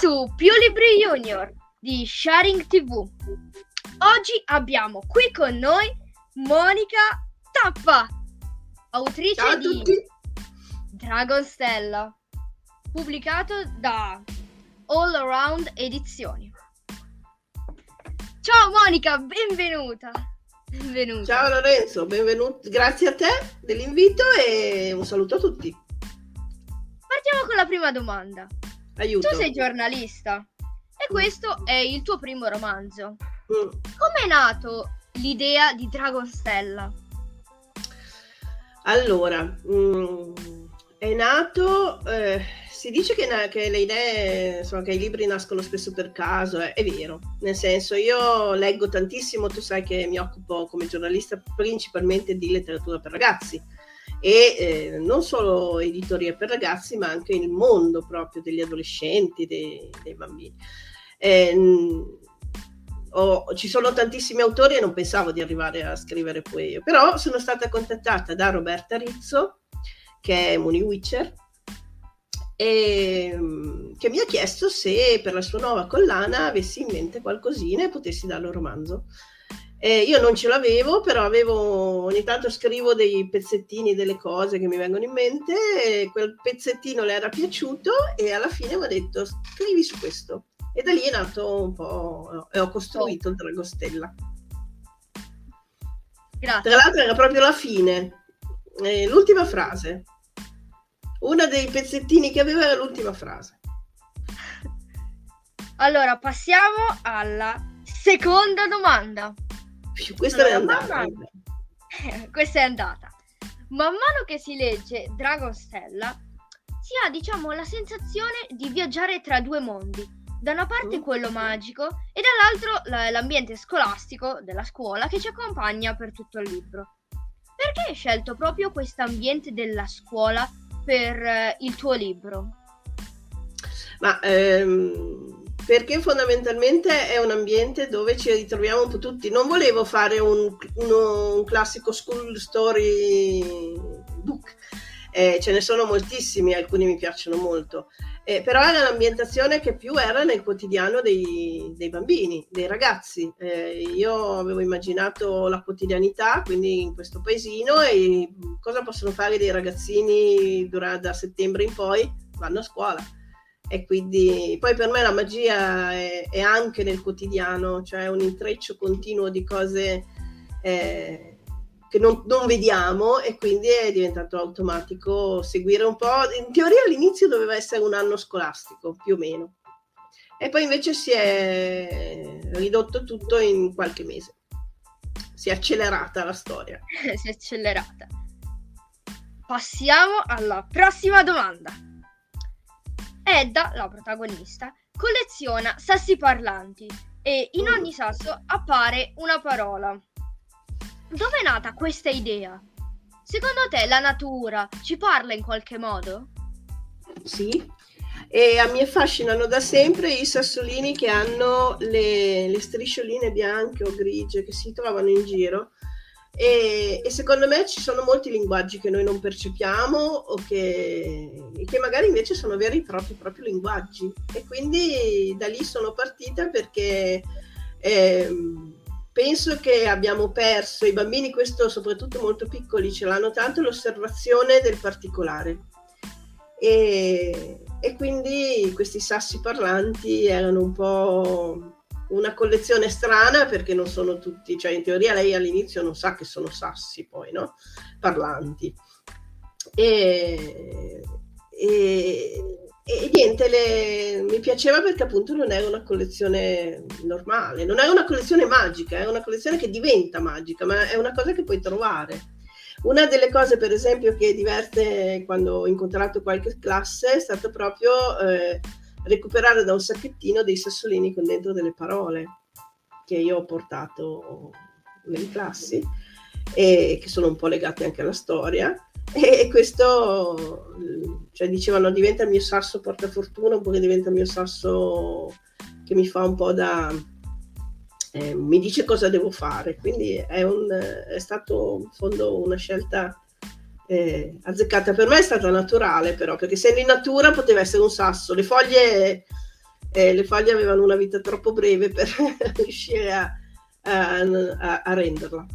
su Più Libri Junior di Sharing TV. Oggi abbiamo qui con noi Monica Tappa, autrice di Dragonstella, pubblicato da All Around Edizioni. Ciao Monica, benvenuta. Ciao Lorenzo, benvenuto, grazie a te dell'invito e un saluto a tutti. Partiamo con la prima domanda. Aiuto. Tu sei giornalista e questo è il tuo primo romanzo. Come è nato l'idea di Dragonstella? Allora, è nato, si dice che le idee, insomma, che i libri nascono spesso per caso, è vero, nel senso io leggo tantissimo, tu sai che mi occupo come giornalista principalmente di letteratura per ragazzi e non solo editorie per ragazzi ma anche il mondo proprio degli adolescenti, dei bambini. Ci sono tantissimi autori e non pensavo di arrivare a scrivere poi io, però sono stata contattata da Roberta Rizzo, che è Mooney Witcher, e che mi ha chiesto se per la sua nuova collana avessi in mente qualcosina e potessi darle un romanzo. Io non ce l'avevo, però ogni tanto scrivo dei pezzettini, delle cose che mi vengono in mente, e quel pezzettino le era piaciuto e alla fine mi ha detto scrivi su questo. E da lì è nato un po' e ho costruito il Dragonstella. Grazie. Tra l'altro era proprio la fine, l'ultima frase. Una dei pezzettini che aveva era l'ultima frase. Allora, passiamo alla seconda domanda. Questa è andata. Questa è andata. Man mano che si legge Dragonstella, si ha, diciamo, la sensazione di viaggiare tra due mondi. Da una parte quello magico e dall'altro l'ambiente scolastico della scuola che ci accompagna per tutto il libro. Perché hai scelto proprio questo ambiente della scuola per il tuo libro? Ma perché fondamentalmente è un ambiente dove ci ritroviamo un po' tutti. Non volevo fare un classico school story book, ce ne sono moltissimi, alcuni mi piacciono molto, però era l'ambientazione che più era nel quotidiano dei bambini, dei ragazzi. Io avevo immaginato la quotidianità, quindi in questo paesino, e cosa possono fare dei ragazzini da settembre in poi? Vanno a scuola. E quindi poi per me la magia è anche nel quotidiano, cioè un intreccio continuo di cose che non vediamo, e quindi è diventato automatico seguire un po'. In teoria all'inizio doveva essere un anno scolastico, più o meno, e poi invece si è ridotto tutto in qualche mese. Si è accelerata la storia. Si è accelerata. Passiamo alla prossima domanda. Edda, la protagonista, colleziona sassi parlanti e in ogni sasso appare una parola. Dove è nata questa idea? Secondo te la natura ci parla in qualche modo? Sì, e a me affascinano da sempre i sassolini che hanno le striscioline bianche o grigie che si trovano in giro, e secondo me ci sono molti linguaggi che noi non percepiamo o che magari invece sono veri e proprio linguaggi, e quindi da lì sono partita perché penso che abbiamo perso, i bambini, questo soprattutto molto piccoli, ce l'hanno tanto, l'osservazione del particolare, e quindi questi sassi parlanti erano un po' una collezione strana, perché non sono tutti, cioè in teoria lei all'inizio non sa che sono sassi poi, no? Parlanti. E niente, mi piaceva perché appunto non era una collezione normale, non è una collezione magica, è una collezione che diventa magica, ma è una cosa che puoi trovare. Una delle cose, per esempio, che diverte quando ho incontrato qualche classe è stato proprio recuperare da un sacchettino dei sassolini con dentro delle parole che io ho portato nelle classi e che sono un po' legate anche alla storia, e questo, cioè dicevano, diventa il mio sasso portafortuna, oppure diventa il mio sasso che mi fa un po' da mi dice cosa devo fare, quindi è stato in fondo una scelta azzeccata. Per me è stata naturale, però, perché se in natura poteva essere un sasso, le foglie le foglie avevano una vita troppo breve per riuscire a renderla.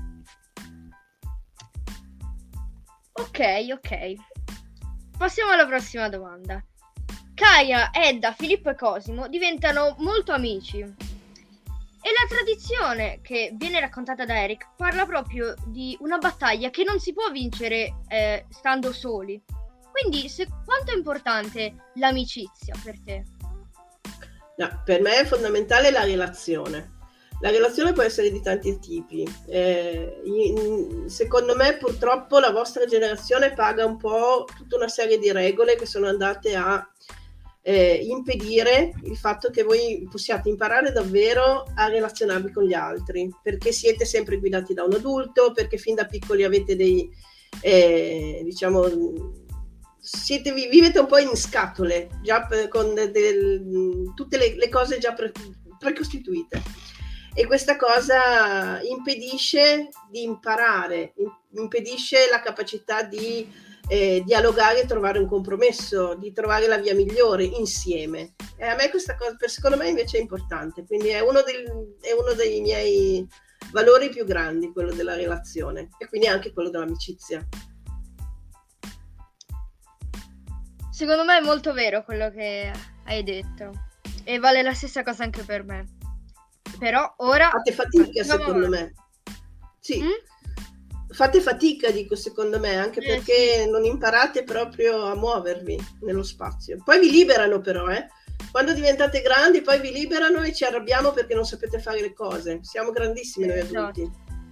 Ok. Passiamo alla prossima domanda. Kaia, Edda, Filippo e Cosimo diventano molto amici. E la tradizione che viene raccontata da Eric parla proprio di una battaglia che non si può vincere stando soli. Quindi, quanto è importante l'amicizia per te? No, per me è fondamentale la relazione. La relazione può essere di tanti tipi. Secondo me, purtroppo, la vostra generazione paga un po' tutta una serie di regole che sono andate a impedire il fatto che voi possiate imparare davvero a relazionarvi con gli altri, perché siete sempre guidati da un adulto, perché fin da piccoli avete dei, vivete un po' in scatole, già con tutte le cose già precostituite. E questa cosa impedisce di imparare, impedisce la capacità di dialogare e trovare un compromesso, di trovare la via migliore insieme. E a me questa cosa, secondo me, invece è importante, quindi è uno dei miei valori più grandi, quello della relazione, e quindi anche quello dell'amicizia. Secondo me è molto vero quello che hai detto, e vale la stessa cosa anche per me. Però ora fate fatica, secondo me. Sì. Fate fatica, dico, secondo me, anche perché sì, non imparate proprio a muovervi nello spazio. Poi vi liberano, però, quando diventate grandi poi vi liberano e ci arrabbiamo perché non sapete fare le cose. Siamo grandissimi noi adulti.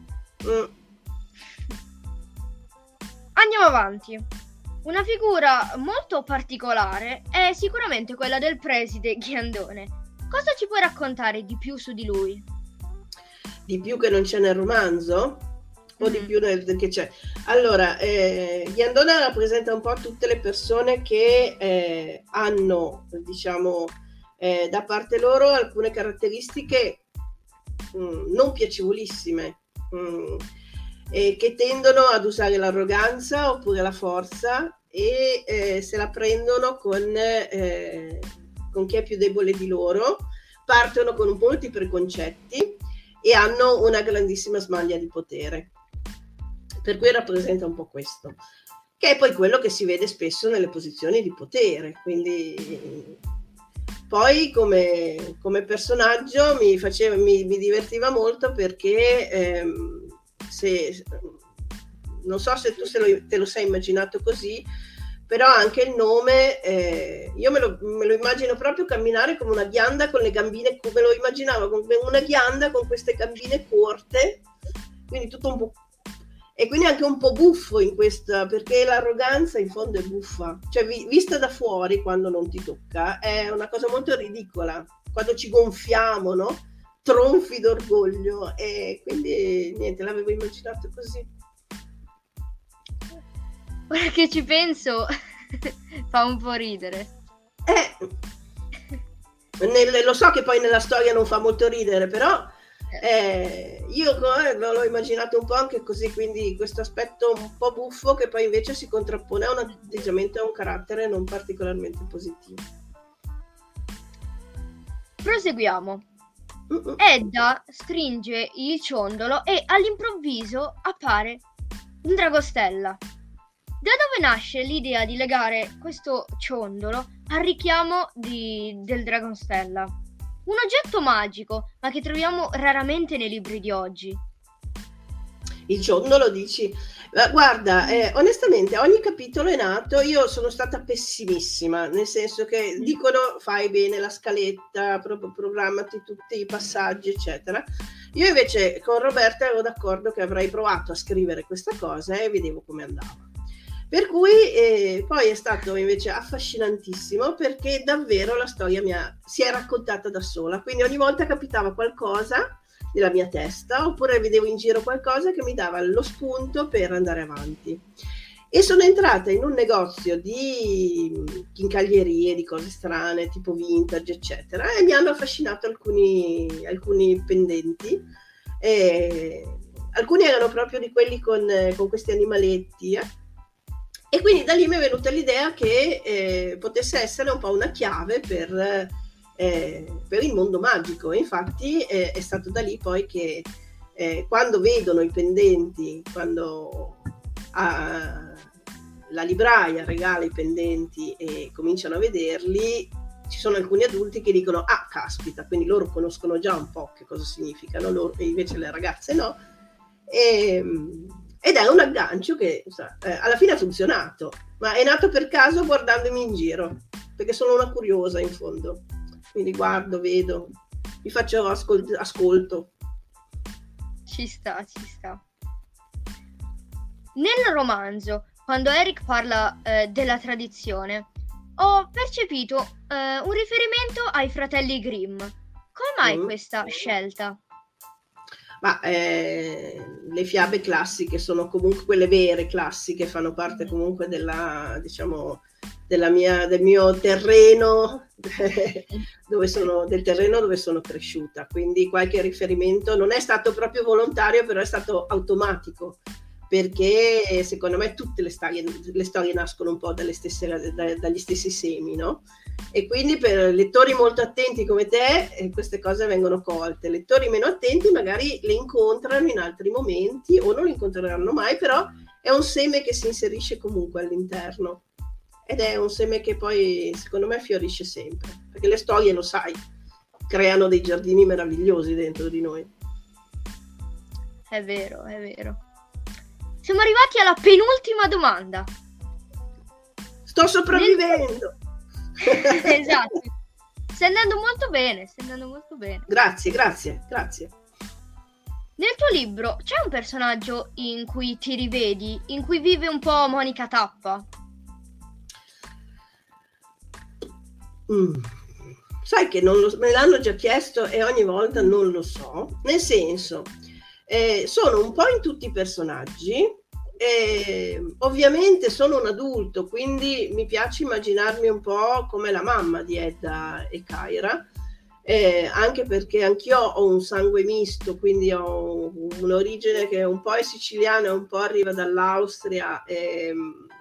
Andiamo avanti. Una figura molto particolare è sicuramente quella del preside Ghiandone. Cosa ci puoi raccontare di più su di lui? Di più che non c'è nel romanzo? O di più che c'è? Allora, Ghiandone rappresenta un po' tutte le persone che hanno, diciamo, da parte loro alcune caratteristiche non piacevolissime, che tendono ad usare l'arroganza oppure la forza e se la prendono con chi è più debole di loro, partono con molti preconcetti e hanno una grandissima smania di potere. Per cui rappresenta un po' questo, che è poi quello che si vede spesso nelle posizioni di potere. Quindi poi come personaggio mi divertiva molto perché non so se tu te lo sei immaginato così, però anche il nome, io me lo immagino proprio camminare come una ghianda con le gambine, me lo immaginavo come una ghianda con queste gambine corte, quindi tutto un po', e quindi anche un po' buffo in questa, perché l'arroganza in fondo è buffa, cioè vista da fuori quando non ti tocca è una cosa molto ridicola, quando ci gonfiamo, no? Tronfi d'orgoglio, e quindi niente, l'avevo immaginato così. Ora che ci penso fa un po' ridere. Lo so che poi nella storia non fa molto ridere, però io l'ho immaginato un po' anche così, quindi questo aspetto un po' buffo che poi invece si contrappone a un atteggiamento e a un carattere non particolarmente positivo. Proseguiamo. Edda stringe il ciondolo e all'improvviso appare un dragostella. Da dove nasce l'idea di legare questo ciondolo al richiamo del Dragonstella? Un oggetto magico, ma che troviamo raramente nei libri di oggi. Il ciondolo, dici? Guarda, onestamente ogni capitolo è nato, io sono stata pessimissima, nel senso che dicono fai bene la scaletta, programmati tutti i passaggi, eccetera. Io invece con Roberta ero d'accordo che avrei provato a scrivere questa cosa e vedevo come andava. Per cui poi è stato invece affascinantissimo perché davvero la storia si è raccontata da sola, quindi ogni volta capitava qualcosa nella mia testa oppure vedevo in giro qualcosa che mi dava lo spunto per andare avanti. E sono entrata in un negozio di chincaglierie, di cose strane, tipo vintage, eccetera, e mi hanno affascinato alcuni pendenti. Alcuni erano proprio di quelli con questi animaletti, E quindi da lì mi è venuta l'idea che potesse essere un po' una chiave per per il mondo magico. E infatti è stato da lì poi che quando vedono i pendenti, quando la libraia regala i pendenti e cominciano a vederli, ci sono alcuni adulti che dicono: ah, caspita, quindi loro conoscono già un po' che cosa significano, loro, e invece le ragazze no. Ed è un aggancio che alla fine ha funzionato, ma è nato per caso guardandomi in giro, perché sono una curiosa in fondo, quindi guardo, vedo, mi faccio ascolto. Ci sta. Nel romanzo, quando Eric parla della tradizione, ho percepito un riferimento ai fratelli Grimm. Come mai questa scelta? Ma le fiabe classiche sono comunque quelle vere classiche, fanno parte comunque della, diciamo, del mio terreno dove sono cresciuta, quindi qualche riferimento non è stato proprio volontario, però è stato automatico, perché secondo me tutte le storie nascono un po' dagli stessi semi, no? E quindi per lettori molto attenti come te queste cose vengono colte. Lettori meno attenti magari le incontrano in altri momenti o non le incontreranno mai, però è un seme che si inserisce comunque all'interno, ed è un seme che poi secondo me fiorisce sempre, perché le storie, lo sai, creano dei giardini meravigliosi dentro di noi. È vero. Siamo arrivati alla penultima domanda. Sto sopravvivendo. Esatto. Stai andando molto bene. Grazie. Nel tuo libro c'è un personaggio in cui ti rivedi, in cui vive un po' Monica Tappa? Sai che me l'hanno già chiesto e ogni volta non lo so, nel senso, sono un po' in tutti i personaggi. Ovviamente sono un adulto, quindi mi piace immaginarmi un po' come la mamma di Edda e Kyra, anche perché anch'io ho un sangue misto, quindi ho un'origine che un po' è siciliana e un po' arriva dall'Austria, e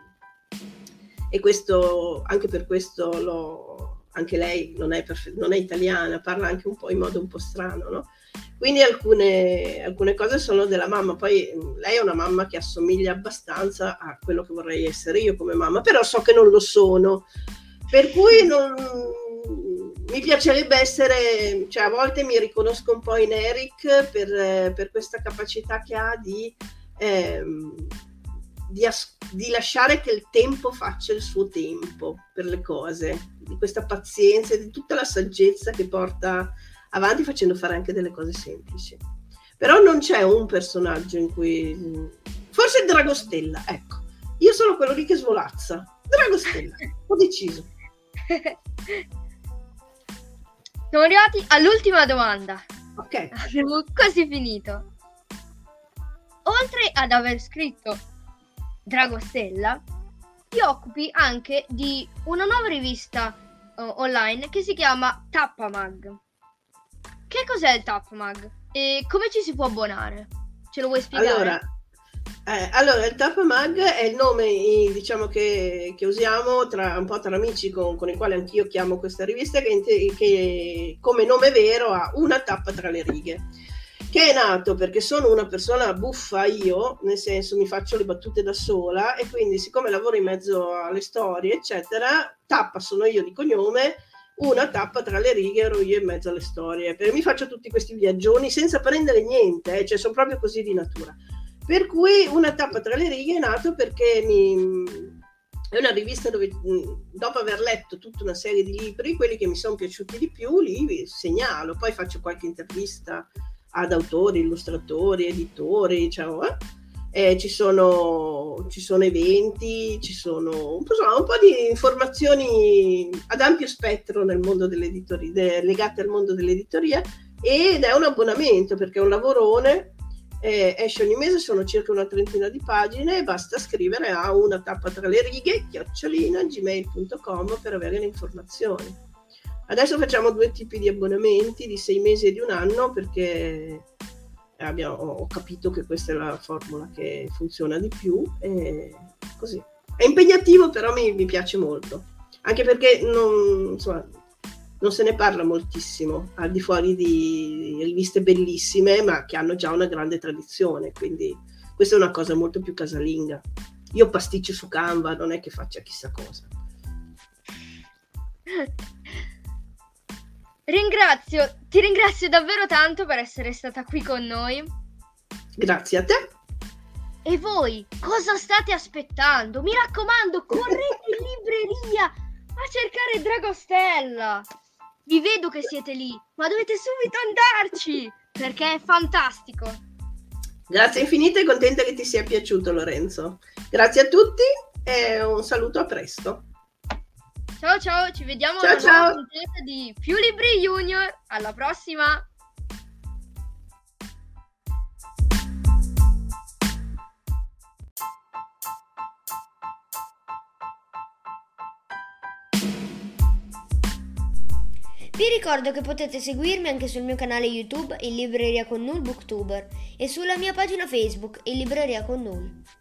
questo, anche per questo anche lei non è italiana, parla anche un po' in modo un po' strano, no? Quindi alcune cose sono della mamma. Poi lei è una mamma che assomiglia abbastanza a quello che vorrei essere io come mamma, però so che non lo sono, per cui mi piacerebbe essere, cioè a volte mi riconosco un po' in Eric per questa capacità che ha di lasciare che il tempo faccia il suo tempo per le cose, di questa pazienza e di tutta la saggezza che porta avanti, facendo fare anche delle cose semplici. Però non c'è un personaggio in cui... Forse il Dragostella, ecco. Io sono quello lì che svolazza. Dragostella, ho deciso. Siamo arrivati all'ultima domanda. Ok. Abbiamo quasi finito. Oltre ad aver scritto Dragostella, ti occupi anche di una nuova rivista online che si chiama Tappamag. Che cos'è il Tappamag e come ci si può abbonare? Ce lo vuoi spiegare? Allora il Tappamag è il nome, diciamo, che usiamo un po' tra amici con i quali anch'io chiamo questa rivista, che come nome vero ha Una tappa tra le righe, che è nato perché sono una persona buffa io, nel senso mi faccio le battute da sola, e quindi siccome lavoro in mezzo alle storie eccetera, Tappa sono io di cognome, Una tappa tra le righe ero io in mezzo alle storie, perché mi faccio tutti questi viaggioni senza prendere niente, cioè sono proprio così di natura, per cui Una tappa tra le righe è nato perché è una rivista dove, dopo aver letto tutta una serie di libri, quelli che mi sono piaciuti di più li segnalo, poi faccio qualche intervista ad autori, illustratori, editori, diciamo, ci sono eventi, ci sono un po' di informazioni ad ampio spettro nel mondo dell'editoria, legate al mondo dell'editoria, ed è un abbonamento perché è un lavorone, esce ogni mese, sono circa una trentina di pagine e basta scrivere a Una tappa tra le righe @gmail.com per avere le informazioni. Adesso facciamo 2 tipi di abbonamenti, di 6 mesi e di 1 anno, perché ho capito che questa è la formula che funziona di più, e così. È impegnativo, però mi piace molto, anche perché non se ne parla moltissimo, al di fuori di riviste bellissime, ma che hanno già una grande tradizione, quindi questa è una cosa molto più casalinga. Io pasticcio su Canva, non è che faccia chissà cosa. Ti ringrazio davvero tanto per essere stata qui con noi. Grazie a te. E voi cosa state aspettando? Mi raccomando, correte in libreria a cercare Dragostella. Vi vedo che siete lì, ma dovete subito andarci perché è fantastico. Grazie infinite, contenta che ti sia piaciuto, Lorenzo. Grazie a tutti e un saluto, a presto. Ciao ciao, ci vediamo Ciao, alla ciao. nuova puntata di Più Libri Junior. Alla prossima! Vi ricordo che potete seguirmi anche sul mio canale YouTube In Libreria con Null Booktuber e sulla mia pagina Facebook In Libreria con Null.